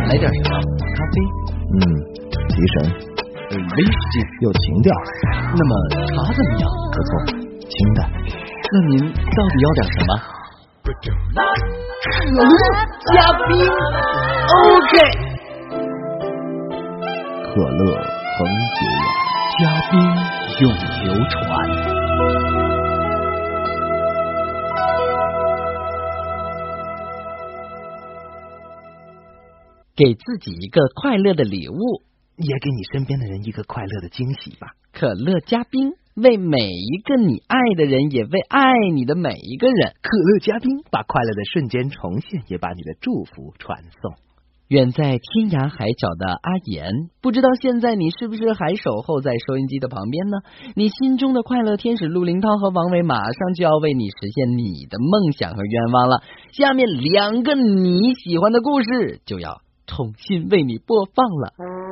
来点什么？咖啡？ 提神。 威士忌有情调。 那么茶怎么样？ 不错，清淡。 那您到底要点什么？可乐加冰。OK。 可乐恒久远， 加冰永流传。给自己一个快乐的礼物， 也给你身边的人一个快乐的惊喜吧。 可乐加冰，为每一个你爱的人，也为爱你的每一个人。 可乐加冰，把快乐的瞬间重现，也把你的祝福传送。 远在天涯海角的阿言，不知道现在你是不是还守候在收音机的旁边呢？你心中的快乐天使陆林涛和王伟马上就要为你实现你的梦想和愿望了。下面2个你喜欢的故事就要重新为你播放了。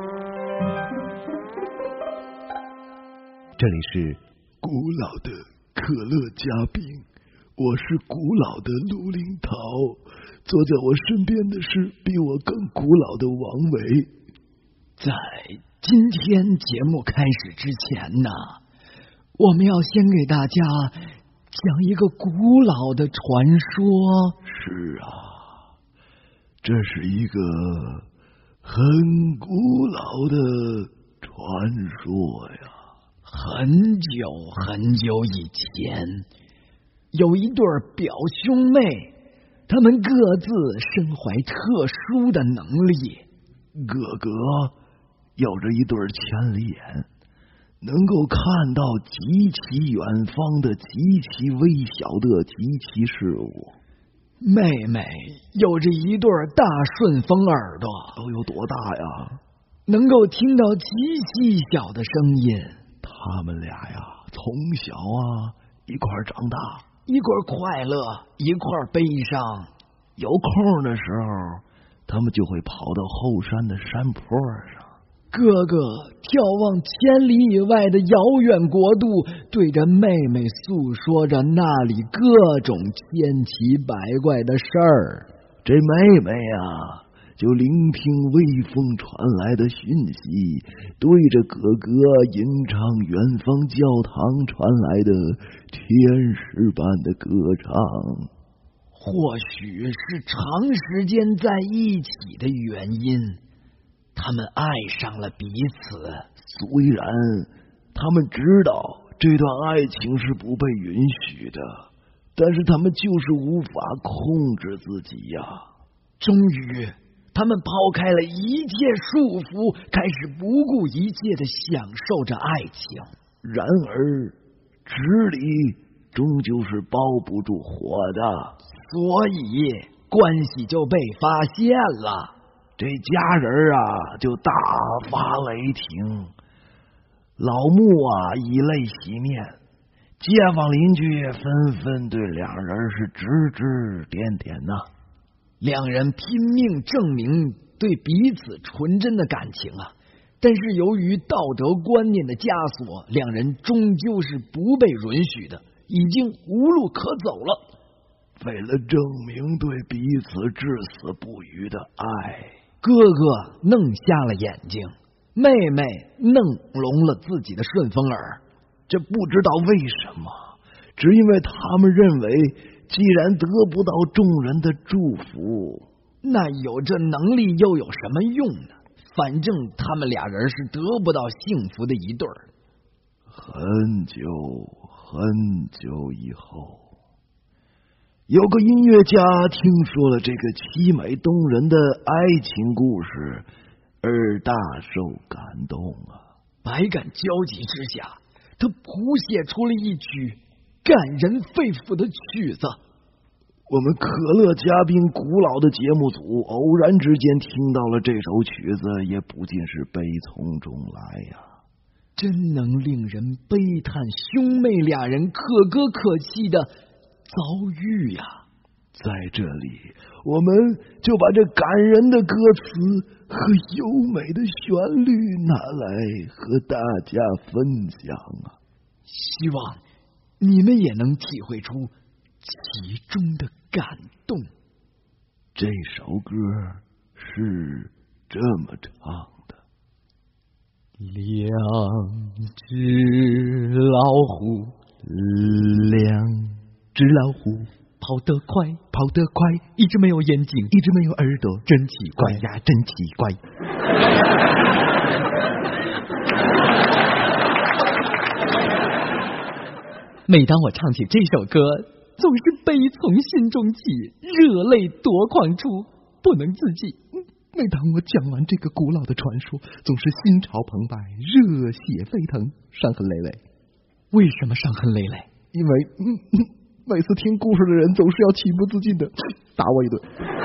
这里是古老的可乐加冰，我是古老的陆林涛，坐在我身边的是比我更古老的王伟。 在今天节目开始之前呢，我们要先给大家讲一个古老的传说。 是啊，这是一个很古老的传说呀。 很久很久以前，有一对表兄妹，他们各自身怀特殊的能力。 哥哥有着一对千里眼，能够看到极其远方的极其微小的极其事物。 妹妹有着一对大顺风耳朵， 都有多大呀？ 能够听到极细小的声音。 他们俩呀，从小一块长大， 一块快乐，一块悲伤。 有空的时候，他们就会跑到后山的山坡上。 哥哥眺望千里以外的遥远国度，对着妹妹诉说着那里各种千奇百怪的事儿。 这妹妹呀，就聆听微风传来的讯息，对着哥哥吟唱远方教堂传来的天使般的歌唱。 或许是长时间在一起的原因，他们爱上了彼此。 虽然他们知道这段爱情是不被允许的，但是他们就是无法控制自己呀。 终于他们抛开了一切束缚，开始不顾一切的享受着爱情。 然而纸里终究是包不住火的， 所以关系就被发现了。 这家人就大发雷霆，老穆以泪洗面，街坊邻居纷纷对两人是指指点点呐。 两人拼命证明对彼此纯真的感情但是由于道德观念的枷锁，两人终究是不被允许的，已经无路可走了。 为了证明对彼此至死不渝的爱， 哥哥弄瞎了眼睛，妹妹弄聋了自己的顺风耳。 这不知道为什么，只因为他们认为既然得不到众人的祝福， 那有这能力又有什么用呢？反正他们俩人是得不到幸福的一对儿。 很久很久以后，有个音乐家听说了这个凄美动人的爱情故事，而大受感动百感交集之下，他谱写出了一曲感人肺腑的曲子。 我们可乐嘉宾古老的节目组偶然之间听到了这首曲子，也不禁是悲从中来呀。 真能令人悲叹兄妹俩人可歌可泣的遭遇呀。 在这里，我们就把这感人的歌词和优美的旋律拿来和大家分享希望你们也能体会出其中的感动。 这首歌是这么唱的： 两只老虎， 两只老虎跑得快， 跑得快， 一只没有眼睛， 一只没有耳朵， 真奇怪呀，真奇怪。 每当我唱起这首歌，总是悲从心中起，热泪夺眶出，不能自己。 每当我讲完这个古老的传说，总是心潮澎湃，热血沸腾，伤痕累累。 为什么伤痕累累？ 因为每次听故事的人总是要情不自禁的打我一顿。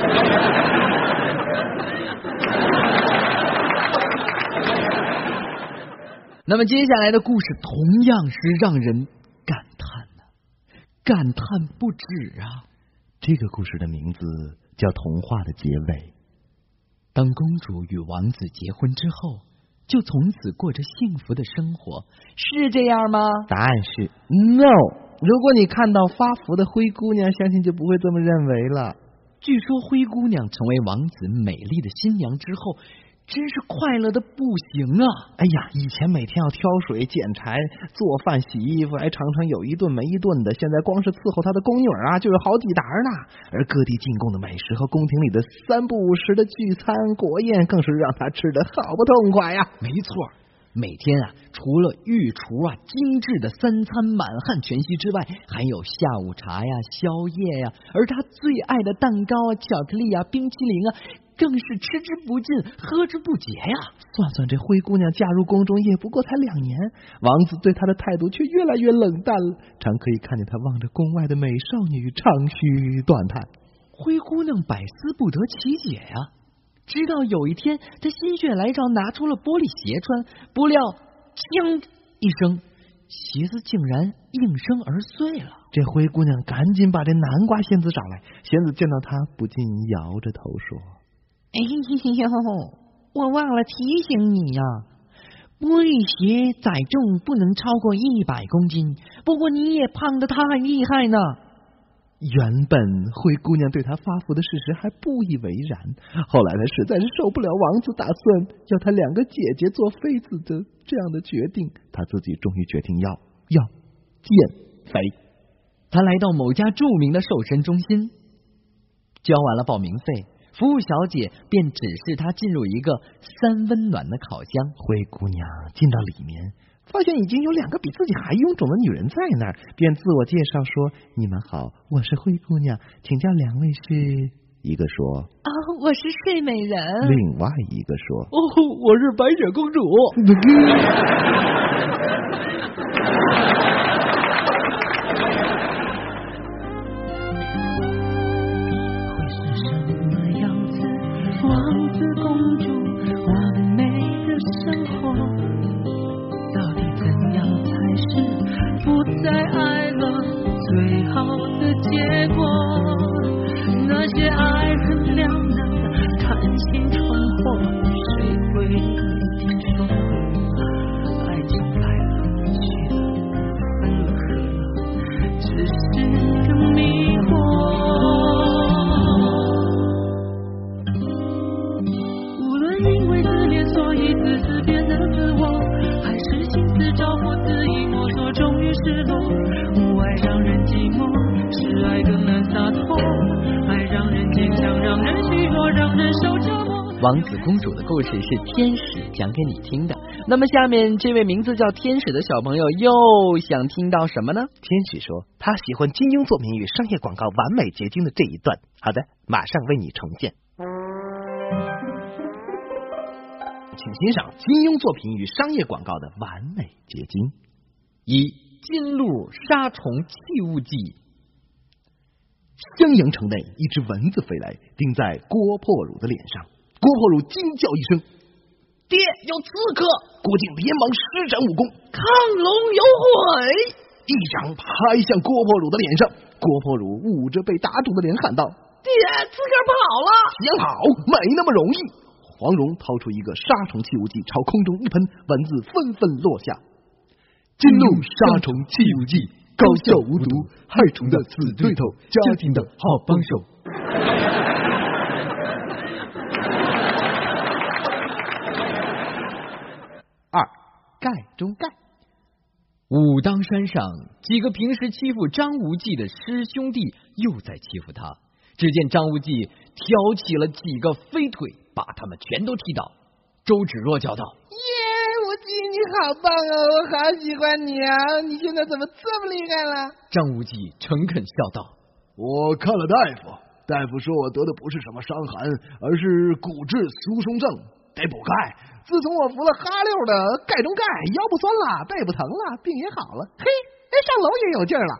那么接下来的故事同样是让人感叹的，感叹不止啊！ 这个故事的名字叫《童话的结尾》。 当公主与王子结婚之后，就从此过着幸福的生活，是这样吗？ 答案是 No。如果你看到发福的灰姑娘，相信就不会这么认为了。 据说灰姑娘成为王子美丽的新娘之后，真是快乐的不行啊！ 哎呀，以前每天要挑水、捡柴、做饭、洗衣服，常常有一顿没一顿的。现在光是伺候她的宫女啊，就有好几沓呢。而各地进贡的美食和宫廷里的3不5时的聚餐国宴，更是让她吃得好不痛快呀！ 没错，每天啊，除了御厨啊精致的3餐满汉全席之外，还有下午茶呀、宵夜呀，而她最爱的蛋糕啊、巧克力啊、冰淇淋啊，更是吃之不尽，喝之不竭呀！ 算算这灰姑娘嫁入宫中也不过才2年，王子对她的态度却越来越冷淡了，常可以看见他望着宫外的美少女长吁短叹。 灰姑娘百思不得其解呀，直到有一天，她心血来潮拿出了玻璃鞋穿，不料锵一声，鞋子竟然应声而碎了。 这灰姑娘赶紧把这南瓜仙子找来，仙子见到她不禁摇着头说： 哎呦，我忘了提醒你呀，玻璃鞋载重不能超过100公斤，不过你也胖得太厉害呢。 原本灰姑娘对她发福的事实还不以为然，后来她实在是受不了王子打算要她2个姐姐做妃子的这样的决定，她自己终于决定要减肥。 她来到某家著名的瘦身中心，交完了报名费，服务小姐便指示她进入一个3温暖的烤箱。 灰姑娘进到里面，发现已经有2个比自己还臃肿的女人在那儿，便自我介绍说：你们好，我是灰姑娘，请教2位是？一个说： 我是睡美人。 另外一个说： 我是白雪公主。 会是什么样子？王子公主完美的生活，到底怎样才是不再爱了最好的结果？那些爱恨两难的感情冲破，谁会听说？爱情来了去了，分了合了，只是个迷惑。无论因为自恋所以自私变得自我，还是心思着火恣意摸索终于失落。无爱让人寂寞，是爱更难洒脱，爱让人坚强，让人虚弱，让人受折磨。 王子公主的故事是天使讲给你听的，那么下面这位名字叫天使的小朋友又想听到什么呢？ 天使说他喜欢金庸作品与商业广告完美结晶的这一段。好的，马上为你重现。请欣赏金庸作品与商业广告的完美结晶。 1. 金鹿杀虫气雾剂。 襄阳城内，一只蚊子飞来，叮在郭破儒的脸上。郭破儒惊叫一声：爹，有刺客！郭靖连忙施展武功，亢龙有悔，一掌拍向郭破儒的脸上。郭破儒捂着被打肿的脸喊道：爹，刺客跑了！想跑没那么容易。黄蓉掏出一个杀虫气雾剂，朝空中一喷，蚊子纷纷落下。金鹿杀虫气雾剂，高效无毒，害虫的死对头，家庭的好帮手。 盖中盖。 武当山上，几个平时欺负张无忌的师兄弟又在欺负他。只见张无忌挑起了几个飞腿，把他们全都踢倒。周芷若叫道： 耶，无忌你好棒哦，我好喜欢你啊！你现在怎么这么厉害了？ 张无忌诚恳笑道： 我看了大夫，大夫说我得的不是什么伤寒，而是骨质疏松症，得补钙。 自从我服了哈六的钙中钙，腰不酸了，背不疼了，病也好了。嘿，上楼也有劲儿了。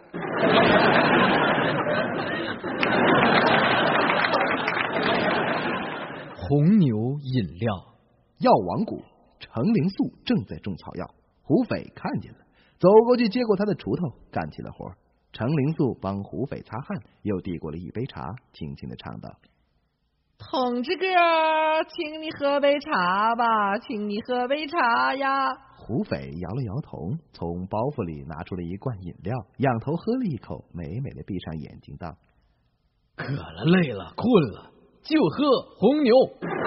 红牛饮料， 药王谷，程灵素正在种草药，胡斐看见了，走过去接过他的锄头，干起了活。程灵素帮胡斐擦汗，又递过了一杯茶，轻轻的唱道： 同志哥，请你喝杯茶吧，请你喝杯茶呀。 胡斐摇了摇头，从包袱里拿出了一罐饮料，仰头喝了一口，美美的闭上眼睛道： 渴了累了困了就喝红牛。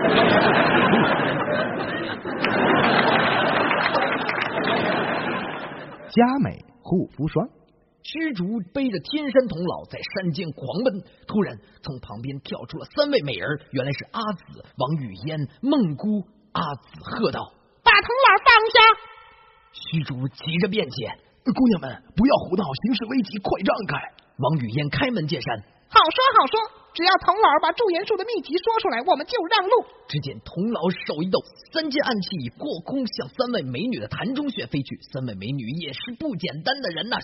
佳美护肤霜。 虚竹背着天山童姥在山间狂奔，突然从旁边跳出了3位美人，原来是阿紫、王语嫣、孟姑。阿紫喝道： 把童姥放下！ 虚竹急着便前： 姑娘们不要胡闹，形势危急，快让开！ 王语嫣开门见山： 好说好说，只要童姥把驻颜术的秘籍说出来，我们就让路。 只见童姥手一抖，3件暗器已过空向3位美女的潭中穴飞去。3位美女也是不简单的人呐，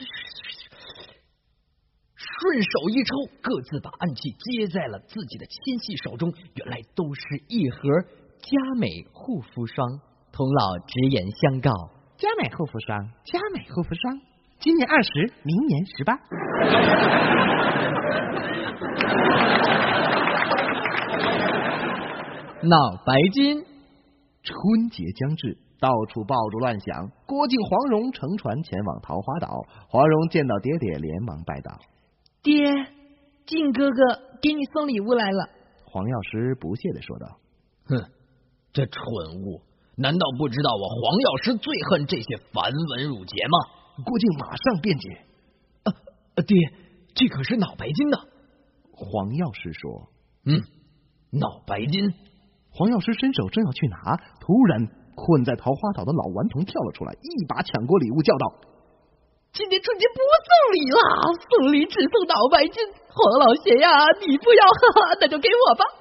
顺手一抽，各自把暗器接在了自己的纤细手中，原来都是一盒佳美护肤霜。童姥直言相告： 佳美护肤霜，佳美护肤霜，今年20，明年18。 脑白金。 春节将至，到处爆竹乱响。郭靖、黄蓉乘船前往桃花岛。黄蓉见到爹爹，连忙拜道： 爹，靖哥哥给你送礼物来了。 黄药师不屑地说道： 哼，这蠢物，难道不知道我黄药师最恨这些繁文缛节吗？ 郭靖马上辩解： 爹，这可是脑白金呢。 黄药师说： 脑白金。 黄药师伸手正要去拿，突然困在桃花岛的老顽童跳了出来，一把抢过礼物，叫道： 今年春节不送礼了，送礼只送脑白金。黄老邪呀，你不要，那就给我吧。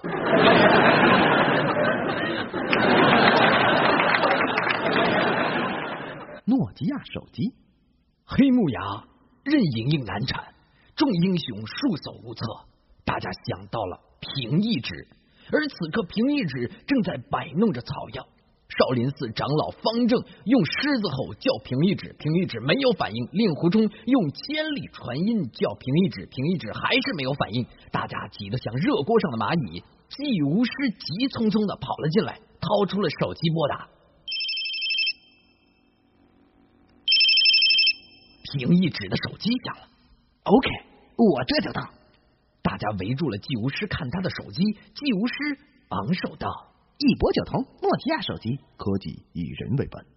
诺基亚手机。 黑木崖任盈盈难产，众英雄束手无策，大家想到了平易指，而此刻平易指正在摆弄着草药。少林寺长老方正用狮子吼叫平易指，平易指没有反应；令狐冲用千里传音叫平易指，平易指还是没有反应。大家急得像热锅上的蚂蚁。季无师急匆匆的跑了进来，掏出了手机拨打。平易指的手机响了。 OK， 我这就到。 大家围住了季无师看他的手机。季无师昂首道： 一拨就通，诺基亚手机，科技以人为本。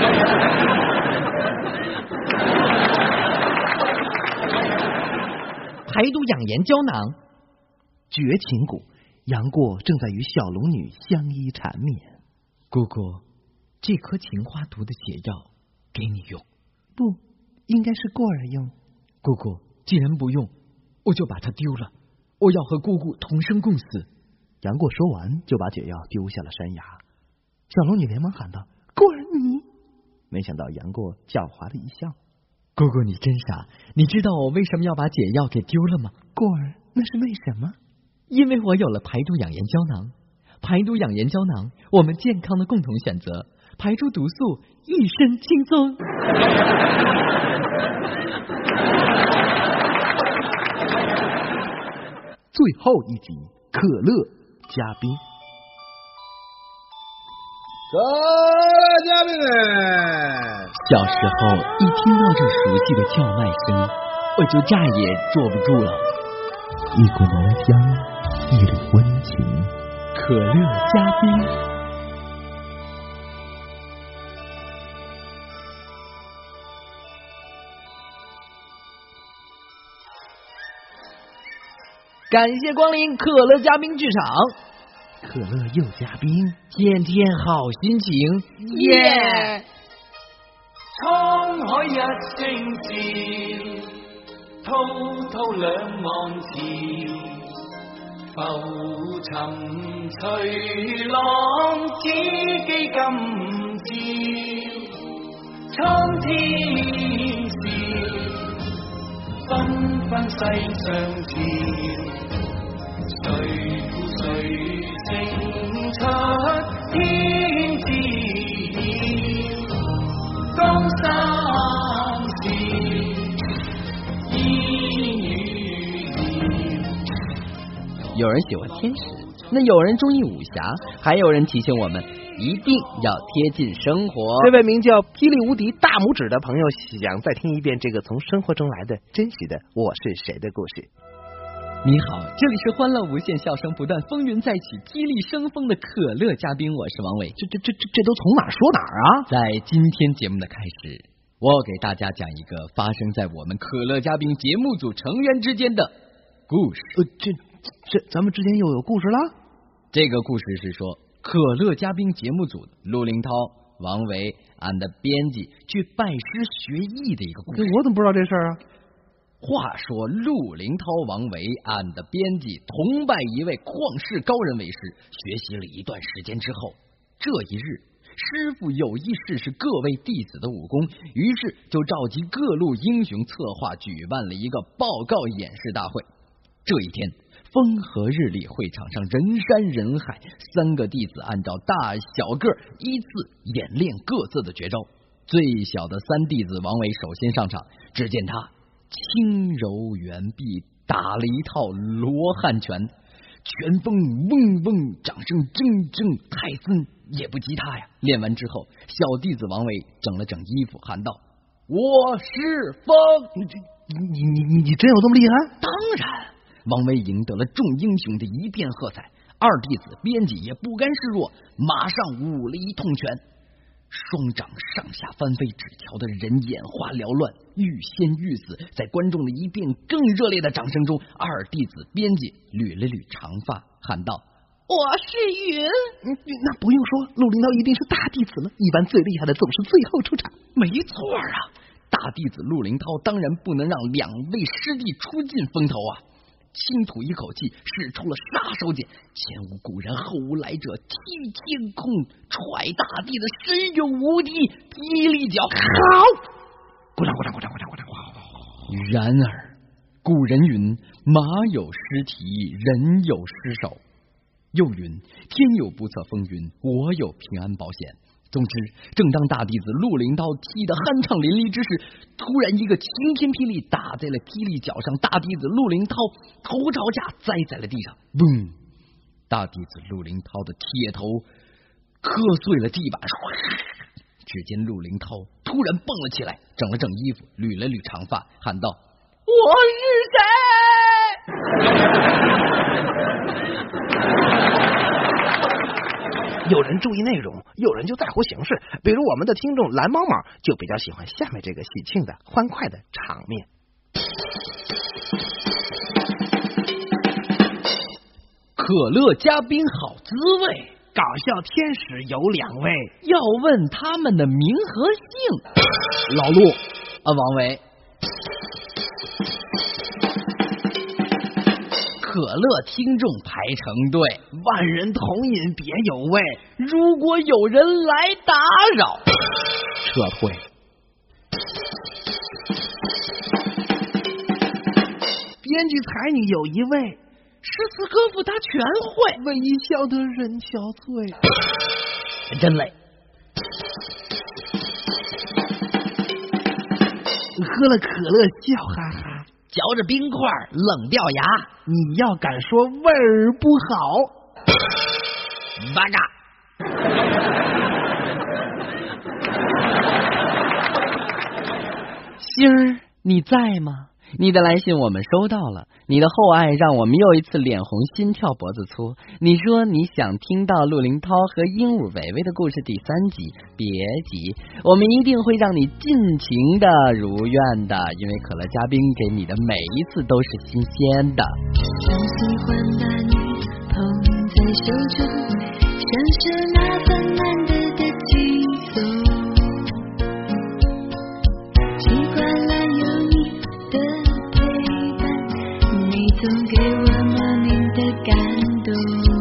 排毒养颜胶囊。 绝情谷，杨过正在与小龙女相依缠绵。 姑姑，这颗情花毒的解药给你用。 不，应该是过儿用。 姑姑，既然不用，我就把它丢了。我要和姑姑同生共死。 杨过说完，就把解药丢下了山崖。小龙女连忙喊道：过儿你！没想到杨过狡猾的一笑： 姑姑你真傻，你知道我为什么要把解药给丢了吗？ 过儿，那是为什么？ 因为我有了排毒养颜胶囊。排毒养颜胶囊，我们健康的共同选择，排出毒素，一身轻松。 最后一集，可乐嘉宾。 嘉宾们， 小时候一听到这熟悉的叫卖声，我就再也坐不住了。 一股浓香，一缕温情， 可乐嘉宾。 感谢光临可乐嘉宾剧场， 可乐又嘉宾， 天天好心情，耶！ 沧海一声笑，滔滔两岸潮，浮沉随浪，只记今朝，苍天笑，纷纷世上潮，谁负谁胜出天知晓，江山事，烟雨遥。 有人喜欢天使，那有人中意武侠，还有人提醒我们一定要贴近生活。 这位名叫霹雳无敌大拇指的朋友想再听一遍这个从生活中来的真实的我是谁的故事。 你好，这里是欢乐无限、笑声不断、风云再起、霹雳生风的可乐嘉宾，我是王伟。 这都从哪儿说哪儿啊？ 在今天节目的开始，我要给大家讲一个发生在我们可乐嘉宾节目组成员之间的故事。 咱们之间又有故事了？ 这个故事是说，可乐嘉宾节目组陆林涛、王维俺的编辑去拜师学艺的一个故事。 我怎么不知道这事儿啊？ 话说陆林涛、王维俺的编辑同拜一位旷世高人为师，学习了一段时间之后，这一日师傅有意试试各位弟子的武功，于是就召集各路英雄策划举办了一个报告演示大会。这一天风和日丽，会场上人山人海，三个弟子按照大小个依次演练各自的绝招。最小的三弟子王维首先上场，只见他轻柔圆臂打了一套罗汉拳，拳风嗡嗡，掌声铮铮，泰森也不及他呀。练完之后，小弟子王维整了整衣服，喊道：“我是风！” 你真有这么厉害？ 当然。王维赢得了众英雄的一片喝彩，二弟子编辑也不甘示弱，马上舞了一通拳，双掌上下翻飞，只瞧得人眼花缭乱，欲仙欲死。在观众的一片更热烈的掌声中，二弟子编辑捋了捋长发，喊道：“我是云。” 那不用说，陆林涛一定是大弟子了，一般最厉害的总是最后出场。 没错啊，大弟子陆林涛当然不能让两位师弟出尽风头啊。轻吐一口气，使出了杀手锏，前无古人后无来者，踢天空，踹大地的神勇无敌霹雳脚。好， 鼓掌！ 然而古人云，马有失蹄，人有失手，又云天有不测风云，我有平安保险。总之，正当大弟子陆林涛踢得酣畅淋漓之时，突然一个晴天霹雳打在了霹雳脚上，大弟子陆林涛头朝下栽在了地上，嘣！大弟子陆林涛的铁头磕碎了地板。只见陆林涛突然蹦了起来，整了整衣服，捋了捋长发，喊道：“我是谁？” 有人注意内容，有人就在乎形式。比如我们的听众蓝猫猫就比较喜欢下面这个喜庆的欢快的场面。 可乐嘉宾好滋味， 搞笑天使有两位， 要问他们的名和姓。 老陆王维。可乐听众排成队， 万人同饮别有味。 如果有人来打扰， 撤退。编剧才女有一位， 诗词歌赋他全会， 微笑的人憔悴。 真累。 喝了可乐笑哈哈， 嚼着冰块冷掉牙。 你要敢说味儿不好， 八嘎！星儿，你在吗？ 你的来信我们收到了，你的厚爱让我们又一次脸红心跳脖子粗。你说你想听到陆林涛和鹦鹉维维的故事第3集，别急，我们一定会让你尽情的如愿的，因为可乐嘉宾给你的每一次都是新鲜的。 很喜欢把你捧在手中，享受那份难得的轻松，习惯了有你的陪伴，你总给我莫名的感动。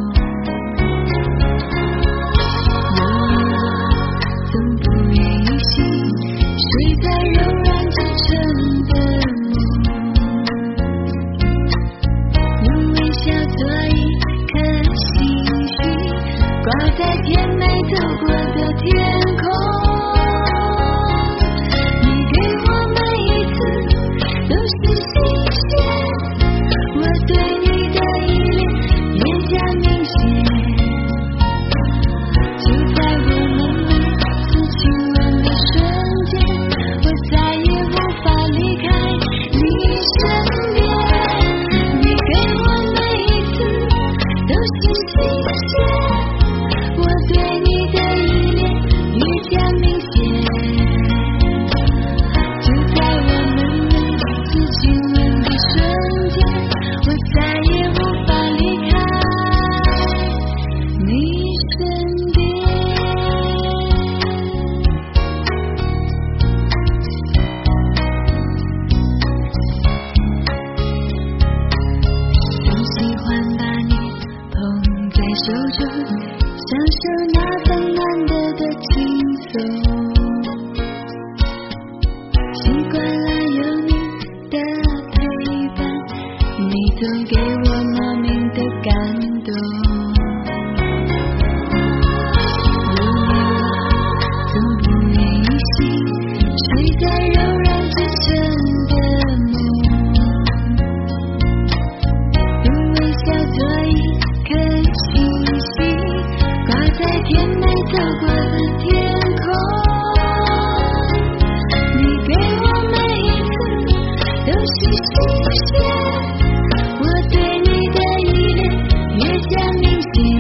有你我总不愿意醒，睡在柔软支撑的梦，用微笑做一颗星星，挂在甜美走过的天空。你给我每一次都是新鲜，我对你的依恋越加明显，就在我们每次亲吻的瞬间，我再也无法离开你身边。你给我每一次都是新鲜，我对你的依恋越加明显，就在我们每次亲吻的瞬间，我再也无法离开你身边。总喜欢把你捧在手中，享受那份难得的轻松，习惯了有你的陪伴，你总给我莫名的感动。有你我总不愿意醒，睡在柔软支撑的梦，用微笑做一颗星星，挂在甜美走过的天空。你给我每一次都是新鲜，我对你的依恋越加明显，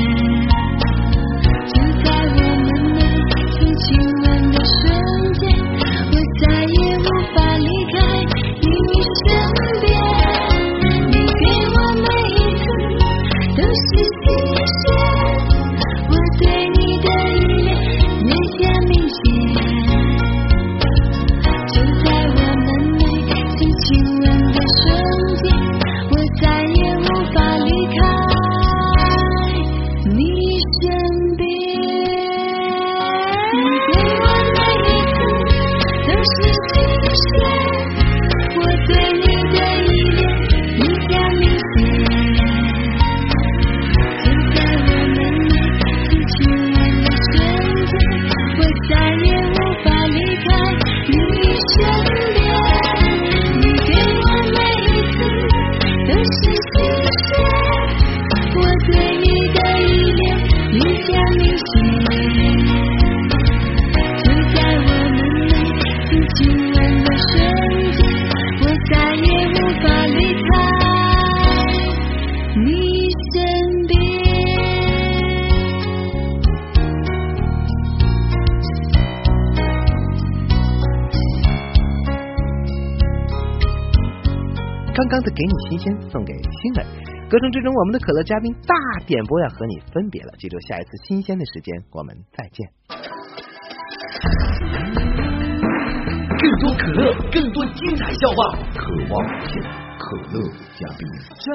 就在我们每次亲吻的瞬间，我再也无法离开你身边。你给我每一次都是新鲜，我对你的依恋越加明显，就在我们每次亲吻的瞬间，我再也无法离开你身边。你给我每一次都是新鲜，我对你的依恋越加明显，就在我们每次亲吻的瞬间，我再也无法离开你身边。你给我每一次都是新鲜，我对你的依恋越加明显，就在我们每次亲吻的瞬间，我再也无法离开你身边。 刚刚的给你新鲜，送给新人。歌声之中，我们的可乐嘉宾大点播要和你分别了，记住下一次新鲜的时间，我们再见。 更多可乐，更多精彩笑话， 渴望见可乐嘉宾。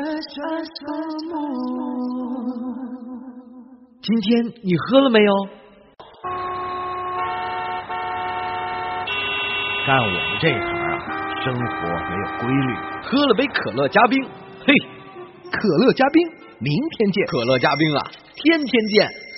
今天你喝了没有？ 干我们这行啊，生活没有规律。 喝了杯可乐嘉宾，嘿， 可乐嘉宾，明天见。 可乐嘉宾啊，天天见。